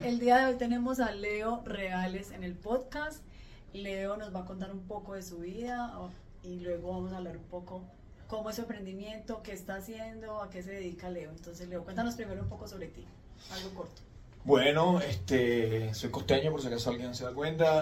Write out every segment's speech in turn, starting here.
El día de hoy tenemos a Leo Reales en el podcast. Leo nos va a contar un poco de su vida y luego vamos a hablar un poco cómo es su emprendimiento, qué está haciendo, a qué se dedica Leo. Entonces, Leo, cuéntanos primero un poco sobre ti, algo corto. Bueno, soy costeño, por si acaso alguien no se da cuenta.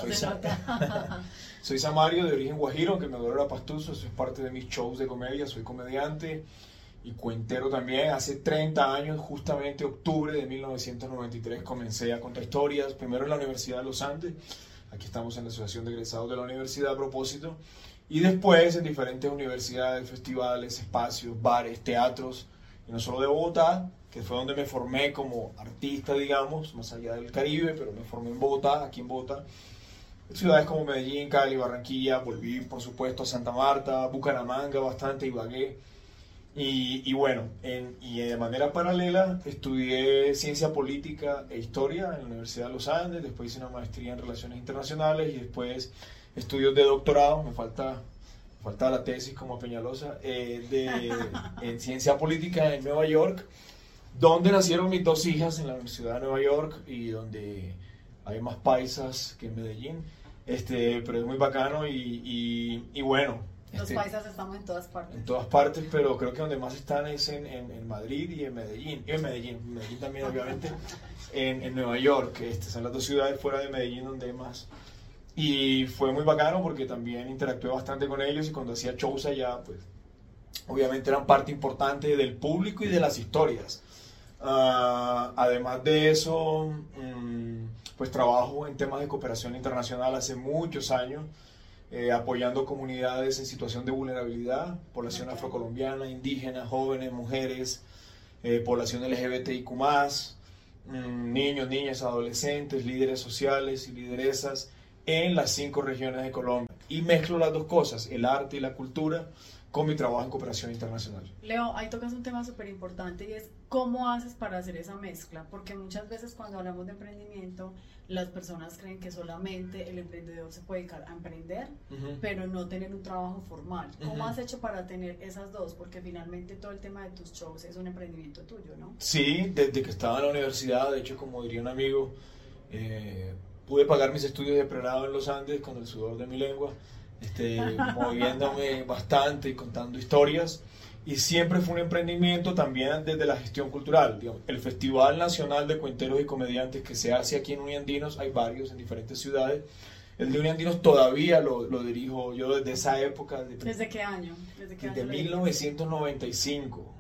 Soy Samario, de origen guajiro, que me adoro la pastuso. Eso es parte de mis shows de comedia. Soy comediante y cuentero también. Hace 30 años, justamente octubre de 1993, comencé a contar historias. Primero en la Universidad de los Andes. Aquí estamos en la Asociación de Egresados de la Universidad a propósito. Y después en diferentes universidades, festivales, espacios, bares, teatros. Y no solo de Bogotá, que fue donde me formé como artista, digamos, más allá del Caribe, pero me formé en Bogotá, aquí en Bogotá. Ciudades como Medellín, Cali, Barranquilla, volví por supuesto a Santa Marta, Bucaramanga bastante, Ibagué. Y bueno, de manera paralela estudié Ciencia Política e Historia en la Universidad de los Andes, después hice una maestría en Relaciones Internacionales y después estudios de doctorado, me falta la tesis como Peñalosa, en Ciencia Política en Nueva York, donde nacieron mis dos hijas en la Universidad de Nueva York y donde hay más paisas que en Medellín, pero es muy bacano y bueno. Los paisas estamos en todas partes. En todas partes, pero creo que donde más están es en Madrid y en Medellín. Y en Medellín también obviamente, en Nueva York, son las dos ciudades fuera de Medellín donde hay más. Y fue muy bacano porque también interactué bastante con ellos y cuando hacía shows allá, pues obviamente eran parte importante del público y de las historias. Además de eso, pues trabajo en temas de cooperación internacional hace muchos años, apoyando comunidades en situación de vulnerabilidad, población afrocolombiana, indígena, jóvenes, mujeres, población LGBTIQ+, niños, niñas, adolescentes, líderes sociales y lideresas en las 5 regiones de Colombia. Y mezclo las dos cosas, el arte y la cultura, con mi trabajo en cooperación internacional. Leo, ahí tocas un tema súper importante y es cómo haces para hacer esa mezcla, porque muchas veces cuando hablamos de emprendimiento, las personas creen que solamente el emprendedor se puede dedicar a emprender, pero no tener un trabajo formal. ¿Cómo has hecho para tener esas dos? Porque finalmente todo el tema de tus shows es un emprendimiento tuyo, ¿no? Sí, desde que estaba en la universidad, de hecho, como diría un amigo, pude pagar mis estudios de pregrado en los Andes con el sudor de mi lengua, moviéndome bastante y contando historias, y siempre fue un emprendimiento también desde la gestión cultural. Digamos, el Festival Nacional de Cuenteros y Comediantes que se hace aquí en Uniandinos, hay varios en diferentes ciudades. El de Uniandinos todavía lo dirijo yo desde esa época. ¿Desde qué año? Desde 1995.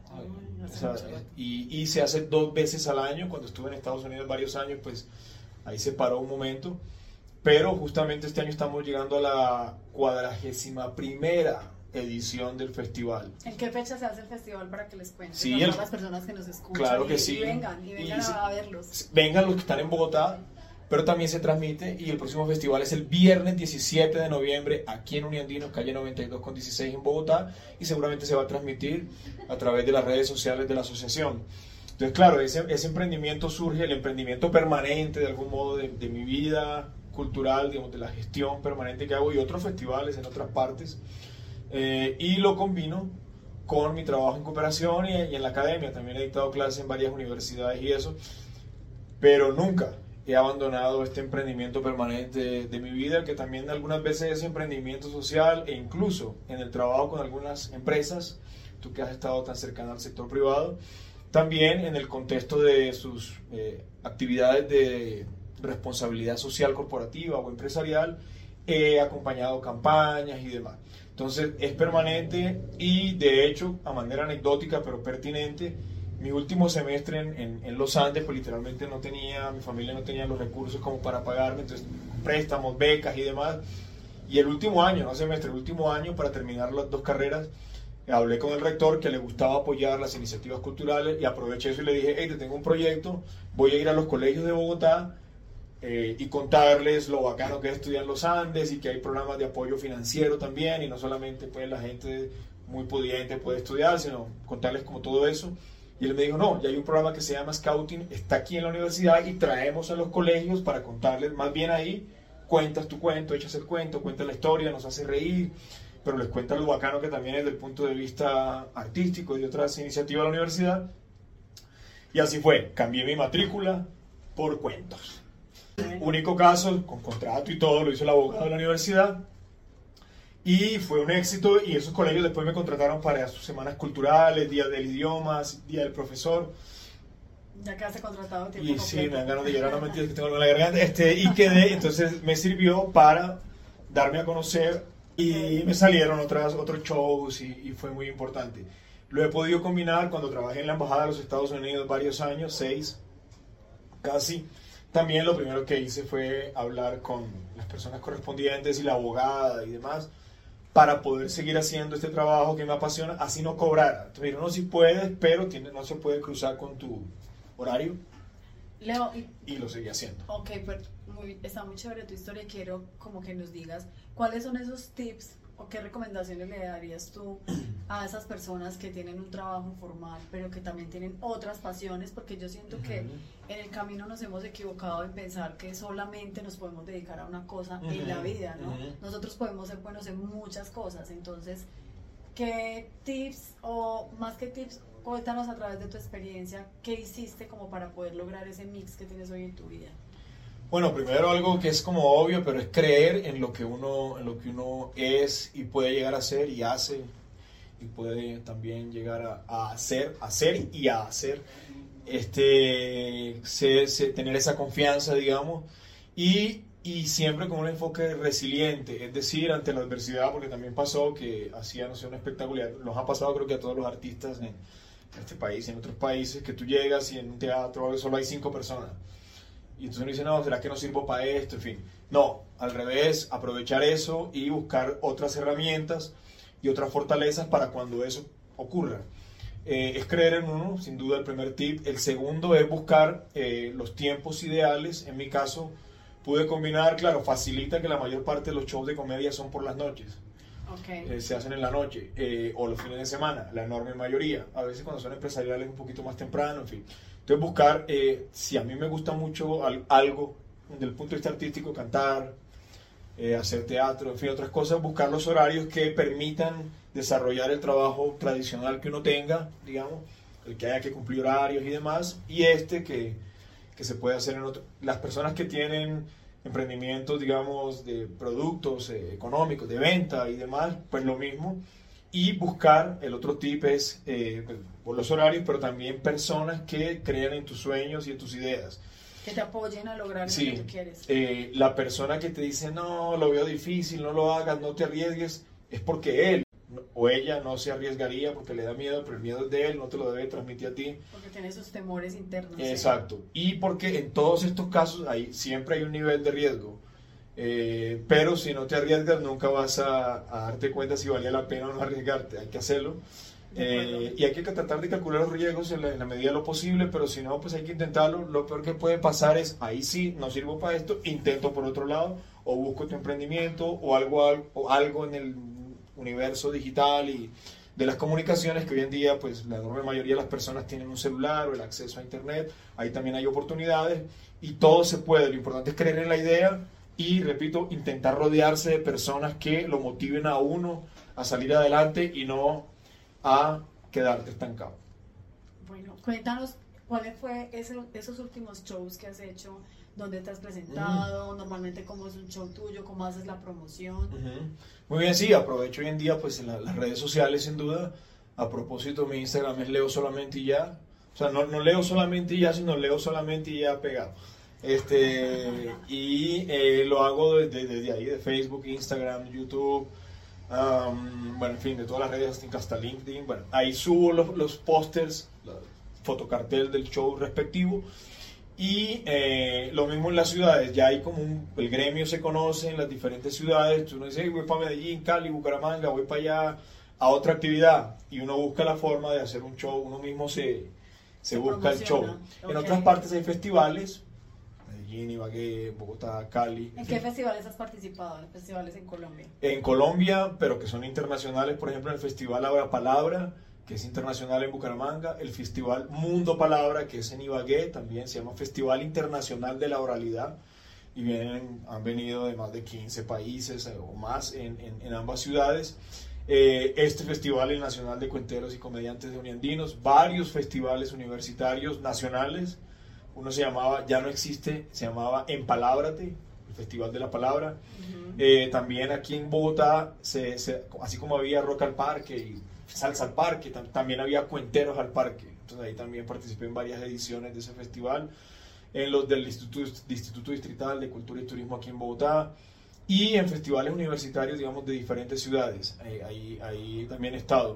Y se hace 2 veces al año. Cuando estuve en Estados Unidos varios años, pues ahí se paró un momento. Pero justamente este año estamos llegando a la 41ª edición del festival. ¿En qué fecha se hace el festival para que les cuente? Sí, a todas las personas que nos escuchan. Claro que sí. Y vengan a verlos. Vengan los que están en Bogotá, pero también se transmite y el próximo festival es el viernes 17 de noviembre aquí en Uniandinos, calle 92 con 16 en Bogotá, y seguramente se va a transmitir a través de las redes sociales de la asociación. Entonces, claro, ese emprendimiento surge, el emprendimiento permanente de algún modo de mi vida cultural, digamos, de la gestión permanente que hago y otros festivales en otras partes, y lo combino con mi trabajo en cooperación y en la academia. También he dictado clases en varias universidades y eso, pero nunca he abandonado este emprendimiento permanente de mi vida, que también algunas veces es emprendimiento social e incluso en el trabajo con algunas empresas, tú que has estado tan cercano al sector privado, también en el contexto de sus actividades de responsabilidad social corporativa o empresarial, he acompañado campañas y demás. Entonces es permanente y de hecho, a manera anecdótica pero pertinente, mi último semestre en los Andes, pues literalmente mi familia no tenía los recursos como para pagarme, entonces préstamos, becas y demás. Y el último año, no semestre, el último año para terminar las 2 carreras, hablé con el rector que le gustaba apoyar las iniciativas culturales y aproveché eso y le dije, hey, te tengo un proyecto, voy a ir a los colegios de Bogotá y contarles lo bacano que es estudiar en los Andes y que hay programas de apoyo financiero también y no solamente pues la gente muy pudiente puede estudiar, sino contarles como todo eso. Y él me dijo, no, ya hay un programa que se llama Scouting, está aquí en la universidad y traemos a los colegios para contarles, más bien ahí cuentas tu cuento, echas el cuento, cuentas la historia, nos hace reír, pero les cuentas lo bacano que también es desde el punto de vista artístico y de otras iniciativas de la universidad. Y así fue, cambié mi matrícula, por cuentos. Único caso, con contrato y todo, lo hizo el abogado de la universidad. Y fue un éxito, y esos colegios después me contrataron para sus semanas culturales, día del idioma, día del profesor. Ya quedaste contratado tiempo Y completo. sí, me dan ganas de llorar, no mentiras que tengo algo en la garganta. Y quedé, entonces me sirvió para darme a conocer y me salieron otros shows y fue muy importante. Lo he podido combinar cuando trabajé en la Embajada de los Estados Unidos varios años, 6 casi. También lo primero que hice fue hablar con las personas correspondientes y la abogada y demás para poder seguir haciendo este trabajo que me apasiona, así no cobrara. Entonces, no, si puedes, pero no se puede cruzar con tu horario. Leo, y lo seguí haciendo. Ok, pero está muy chévere tu historia. Quiero como que nos digas cuáles son esos tips o qué recomendaciones le darías tú a esas personas que tienen un trabajo formal pero que también tienen otras pasiones, porque yo siento que en el camino nos hemos equivocado en pensar que solamente nos podemos dedicar a una cosa en la vida, ¿no? Nosotros podemos ser buenos en muchas cosas. Entonces, ¿qué tips, o más que tips, cuéntanos a través de tu experiencia, qué hiciste como para poder lograr ese mix que tienes hoy en tu vida? Bueno, primero algo que es como obvio, pero es creer en lo que uno es y puede llegar a ser y hace, y puede también llegar a hacer y a hacer. Tener esa confianza, digamos, y siempre con un enfoque resiliente, es decir, ante la adversidad, porque también pasó que hacía, no sé, un espectacular, nos ha pasado creo que a todos los artistas en este país y en otros países, que tú llegas y en un teatro solo hay 5 personas. Y entonces uno dice, no, ¿será que no sirvo para esto? En fin, no, al revés, aprovechar eso y buscar otras herramientas y otras fortalezas para cuando eso ocurra. Es creer en uno, sin duda, el primer tip. El segundo es buscar los tiempos ideales. En mi caso, pude combinar, claro, facilita que la mayor parte de los shows de comedia son por las noches. Okay. Se hacen en la noche o los fines de semana, la enorme mayoría. A veces cuando son empresariales un poquito más temprano, en fin. Entonces buscar, si a mí me gusta mucho algo desde el punto de vista artístico, cantar, hacer teatro, en fin, otras cosas, buscar los horarios que permitan desarrollar el trabajo tradicional que uno tenga, digamos, el que haya que cumplir horarios y demás, y que se puede hacer en otro. Las personas que tienen emprendimientos, digamos, de productos económicos, de venta y demás, pues lo mismo. Y buscar, el otro tip es por los horarios, pero también personas que crean en tus sueños y en tus ideas. Que te apoyen a lograr lo que tú quieres. La persona que te dice, no, lo veo difícil, no lo hagas, no te arriesgues, es porque él o ella no se arriesgaría porque le da miedo, pero el miedo es de él, no te lo debe transmitir a ti. Porque tiene sus temores internos. Exacto. ¿Sí? Y porque en todos estos casos siempre hay un nivel de riesgo. Pero si no te arriesgas nunca vas a darte cuenta si valía la pena o no arriesgarte. Hay que hacerlo y hay que tratar de calcular los riesgos en la medida de lo posible, pero si no, pues hay que intentarlo. Lo peor que puede pasar es, ahí sí, no sirvo para esto, intento por otro lado, o busco tu emprendimiento o algo en el universo digital y de las comunicaciones, que hoy en día pues la enorme mayoría de las personas tienen un celular o el acceso a internet. Ahí también hay oportunidades y todo se puede. Lo importante es creer en la idea y, repito, intentar rodearse de personas que lo motiven a uno a salir adelante y no a quedarte estancado. Bueno, cuéntanos cuáles fue esos últimos shows que has hecho, dónde te has presentado, normalmente cómo es un show tuyo, cómo haces la promoción. Muy bien, sí, aprovecho hoy en día pues en las redes sociales, sin duda. A propósito, mi Instagram es Leo Solamente y Ya. O sea, no Leo Solamente y Ya, sino Leo Solamente y Ya pegado. Lo hago desde ahí, de Facebook, Instagram, YouTube, bueno, en fin, de todas las redes, hasta LinkedIn. Bueno, ahí subo los pósters, fotocartel del show respectivo. Y lo mismo en las ciudades, ya hay como el gremio se conoce en las diferentes ciudades. Uno dice, voy para Medellín, Cali, Bucaramanga, voy para allá a otra actividad, y uno busca la forma de hacer un show, uno mismo se busca el show. Okay. En otras partes hay festivales, Medellín, Ibagué, Bogotá, Cali. ¿En qué festivales has participado? ¿En festivales en Colombia? En Colombia, pero que son internacionales, por ejemplo, en el Festival Ahora Palabra, que es internacional en Bucaramanga, el Festival Mundo Palabra, que es en Ibagué, también se llama Festival Internacional de la Oralidad, y han venido de más de 15 países o más en ambas ciudades. Este festival, el Nacional de Cuenteros y Comediantes de Uniandinos, varios festivales universitarios nacionales, uno se llamaba, ya no existe, se llamaba Empalábrate, el Festival de la Palabra. También aquí en Bogotá, así como había Rock al Parque y Salsa al Parque, también había Cuenteros al Parque. Entonces ahí también participé en varias ediciones de ese festival, en los del Instituto Distrital de Cultura y Turismo aquí en Bogotá, y en festivales universitarios, digamos, de diferentes ciudades. Ahí también he estado.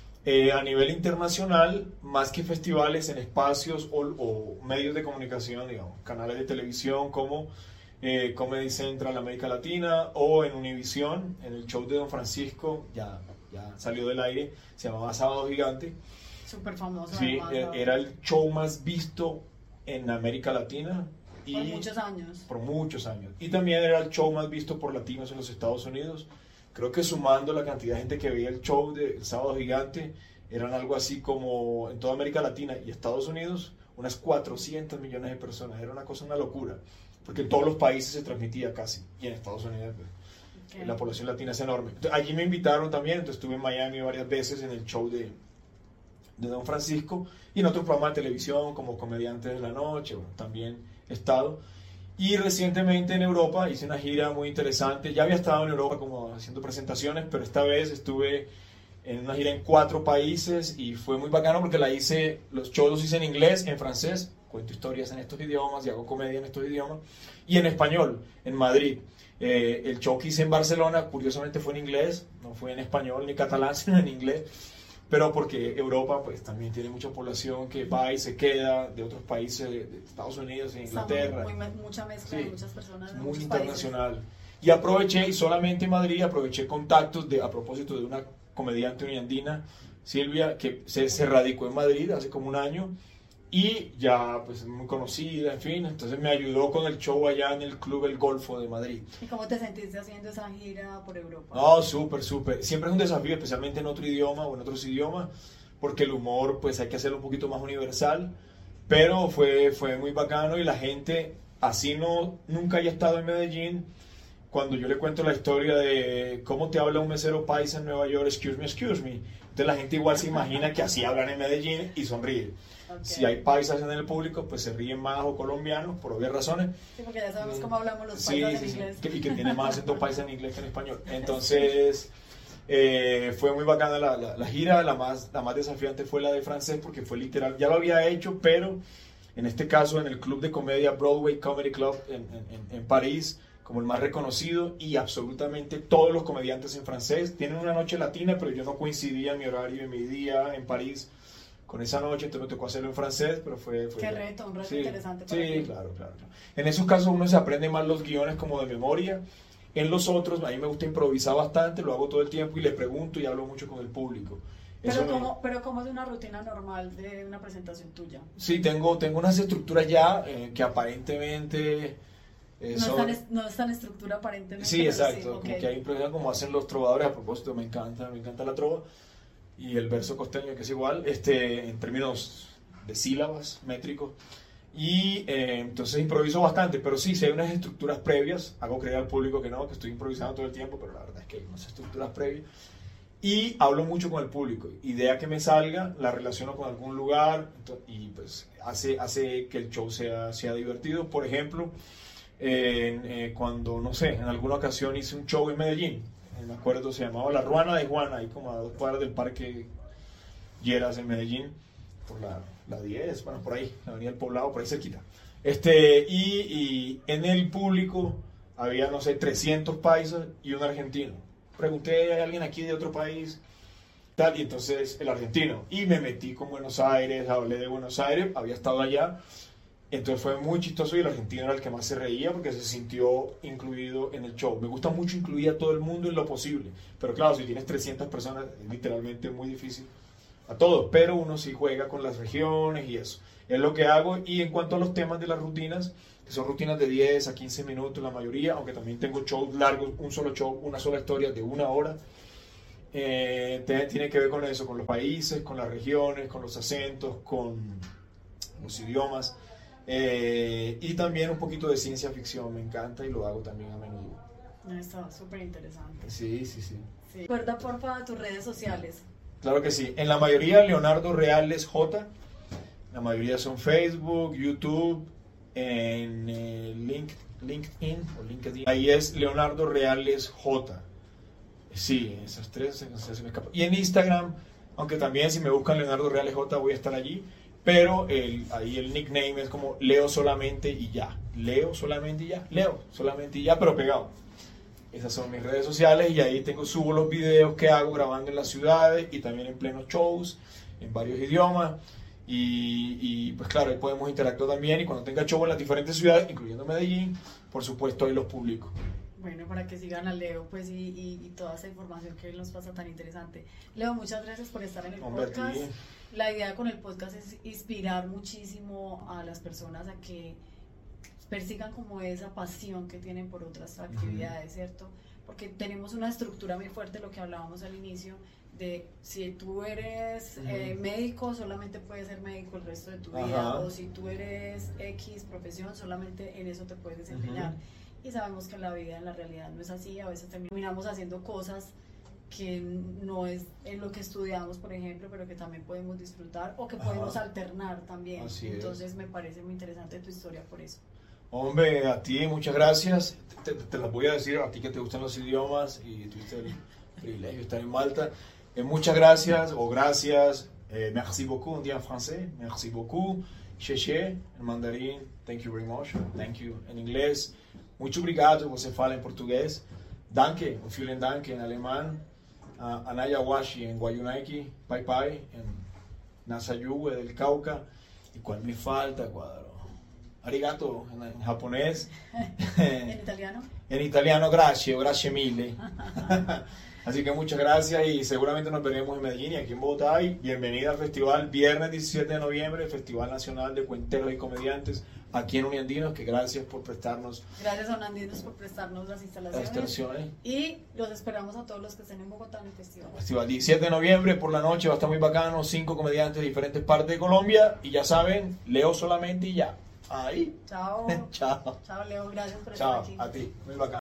A nivel internacional, más que festivales, en espacios o medios de comunicación, digamos, canales de televisión como Comedy Central América Latina, o en Univisión, en el show de Don Francisco, ya salió del aire, se llamaba Sábado Gigante. Súper famoso. Sí, además, era el show más visto en América Latina. Por muchos años. Por muchos años. Y también era el show más visto por latinos en los Estados Unidos. Creo que sumando la cantidad de gente que veía el show de Sábado Gigante, eran algo así como en toda América Latina y Estados Unidos, unas 400 millones de personas. Era una cosa, una locura. Porque en todos los países se transmitía casi. Y en Estados Unidos, pues, la población latina es enorme. Entonces, allí me invitaron también. Entonces estuve en Miami varias veces en el show de Don Francisco. Y en otros programas de televisión como Comediantes de la Noche. Bueno, también he estado. Y recientemente en Europa hice una gira muy interesante. Ya había estado en Europa como haciendo presentaciones, pero esta vez estuve en una gira en 4 países y fue muy bacano porque los shows los hice en inglés, en francés, cuento historias en estos idiomas y hago comedia en estos idiomas, y en español, en Madrid. El show que hice en Barcelona, curiosamente, fue en inglés, no fue en español ni catalán, sino en inglés. Pero porque Europa pues también tiene mucha población que va y se queda de otros países, de Estados Unidos, de Inglaterra. Mucha mezcla de muchas personas de muy muchos internacional. Países. Y aproveché, y solamente en Madrid, aproveché contactos a propósito de una comediante uniandina, Silvia, que se radicó en Madrid hace como un año, y ya pues es muy conocida, en fin, entonces me ayudó con el show allá en el Club El Golfo de Madrid. ¿Y cómo te sentiste haciendo esa gira por Europa? No, súper. Siempre es un desafío, especialmente en otro idioma o en otros idiomas, porque el humor pues hay que hacerlo un poquito más universal, pero fue muy bacano y la gente, así nunca haya estado en Medellín, cuando yo le cuento la historia de cómo te habla un mesero paisa en Nueva York, excuse me, entonces la gente igual se imagina que así hablan en Medellín y sonríe. Okay. Si hay paisas en el público, pues se ríen más, o colombianos, por obvias razones. Sí, porque ya sabemos cómo hablamos los paisas en inglés. Y que tiene más acento paisa en inglés que en español. Entonces, fue muy bacana la gira. La más desafiante fue la de francés, porque fue literal. Ya lo había hecho, pero en este caso en el club de comedia Broadway Comedy Club en París, como el más reconocido, y absolutamente todos los comediantes en francés. Tienen una noche latina, pero yo no coincidía en mi horario, en mi día en París con esa noche, entonces me tocó hacerlo en francés, pero fue Qué reto, un reto sí, interesante para ti. Sí, claro. En esos casos uno se aprende más los guiones como de memoria. En los otros, a mí me gusta improvisar bastante, lo hago todo el tiempo y le pregunto y hablo mucho con el público. Pero ¿cómo es una rutina normal de una presentación tuya? Sí, tengo unas estructuras ya que aparentemente... no es tan estructura aparentemente. Sí, exacto, sí, como okay. que hay improvisación como hacen los trovadores. A propósito, me encanta la trova y el verso costeño, que es igual, en términos de sílabas, métricos, y entonces improviso bastante, pero sí, si hay unas estructuras previas, hago creer al público que no, que estoy improvisando todo el tiempo, pero la verdad es que hay unas estructuras previas, y hablo mucho con el público, idea que me salga, la relaciono con algún lugar, y pues hace que el show sea divertido. Por ejemplo, cuando, no sé, en alguna ocasión hice un show en Medellín, me acuerdo, se llamaba La Ruana de Juana, ahí como a 2 cuadras del Parque Lleras en Medellín, por la 10, bueno, por ahí, la Avenida del Poblado, por ahí cerquita. Y en el público había, no sé, 300 paisas y un argentino. Pregunté, ¿hay alguien aquí de otro país? Tal, y entonces el argentino. Y me metí con Buenos Aires, hablé de Buenos Aires, había estado allá. Entonces fue muy chistoso y el argentino era el que más se reía porque se sintió incluido en el show. Me gusta mucho incluir a todo el mundo en lo posible, pero claro, si tienes 300 personas es literalmente muy difícil a todos, pero uno sí juega con las regiones y eso. Es lo que hago. Y en cuanto a los temas de las rutinas, que son rutinas de 10 a 15 minutos la mayoría, aunque también tengo shows largos, un solo show, una sola historia de 1 hora, tiene que ver con eso, con los países, con las regiones, con los acentos, con los idiomas. Y también un poquito de ciencia ficción, me encanta y lo hago también a menudo. Está súper interesante. Sí. Recuerda porfa tus redes sociales. Claro que sí, en la mayoría Leonardo Reales J, La mayoría son Facebook, YouTube, en LinkedIn o LinkedIn. Ahí es Leonardo Reales J. Sí, esas tres se me escapan. Y en Instagram, aunque también si me buscan Leonardo Reales J voy a estar allí, pero ahí el nickname es como Leo solamente y ya. Leo solamente y ya. Leo solamente y ya, pero pegado. Esas son mis redes sociales y ahí subo los videos que hago grabando en las ciudades y también en plenos shows en varios idiomas. Y pues claro, ahí podemos interactuar también y cuando tenga show en las diferentes ciudades, incluyendo Medellín, por supuesto ahí los publico. Bueno, para que sigan a Leo pues y toda esa información que él nos pasa tan interesante. Leo, muchas gracias por estar en el podcast. La idea con el podcast es inspirar muchísimo a las personas a que persigan como esa pasión que tienen por otras actividades, ¿cierto? Porque tenemos una estructura muy fuerte, lo que hablábamos al inicio, de si tú eres médico, solamente puedes ser médico el resto de tu vida, o si tú eres X profesión, solamente en eso te puedes desempeñar. Y sabemos que en la vida, en la realidad no es así, a veces terminamos haciendo cosas que no es en lo que estudiamos, por ejemplo, pero que también podemos disfrutar o que podemos alternar también. Entonces me parece muy interesante tu historia por eso. Hombre, a ti muchas gracias. Te las voy a decir a ti que te gustan los idiomas y tuviste el privilegio de estar en Malta. Muchas gracias o gracias. Merci beaucoup, on dit en français. Merci beaucoup. Xexé, en mandarim. Thank you very much. Thank you en inglês. Muito obrigado, você fala em português. Danke, vielen Dank en alemán. Anayawashi en Guayunaiki. Pai Pai en Nasayugue del Cauca. ¿Y cuál me falta, cuadro? Arigato en japonés. ¿En italiano? En italiano, grazie mille. Así que muchas gracias y seguramente nos veremos en Medellín y aquí en Bogotá. Y bienvenida al festival viernes 17 de noviembre, Festival Nacional de Cuenteros y Comediantes aquí en Uniandinos, que gracias por prestarnos. Gracias a Uniandinos por prestarnos las instalaciones. Y los esperamos a todos los que estén en Bogotá en el festival. Festival 17 de noviembre por la noche, va a estar muy bacano, 5 comediantes de diferentes partes de Colombia. Y ya saben, Leo solamente y ya. Ahí. Chao. Chao. Chao, Leo, gracias por estar aquí. Chao, a ti, muy bacano.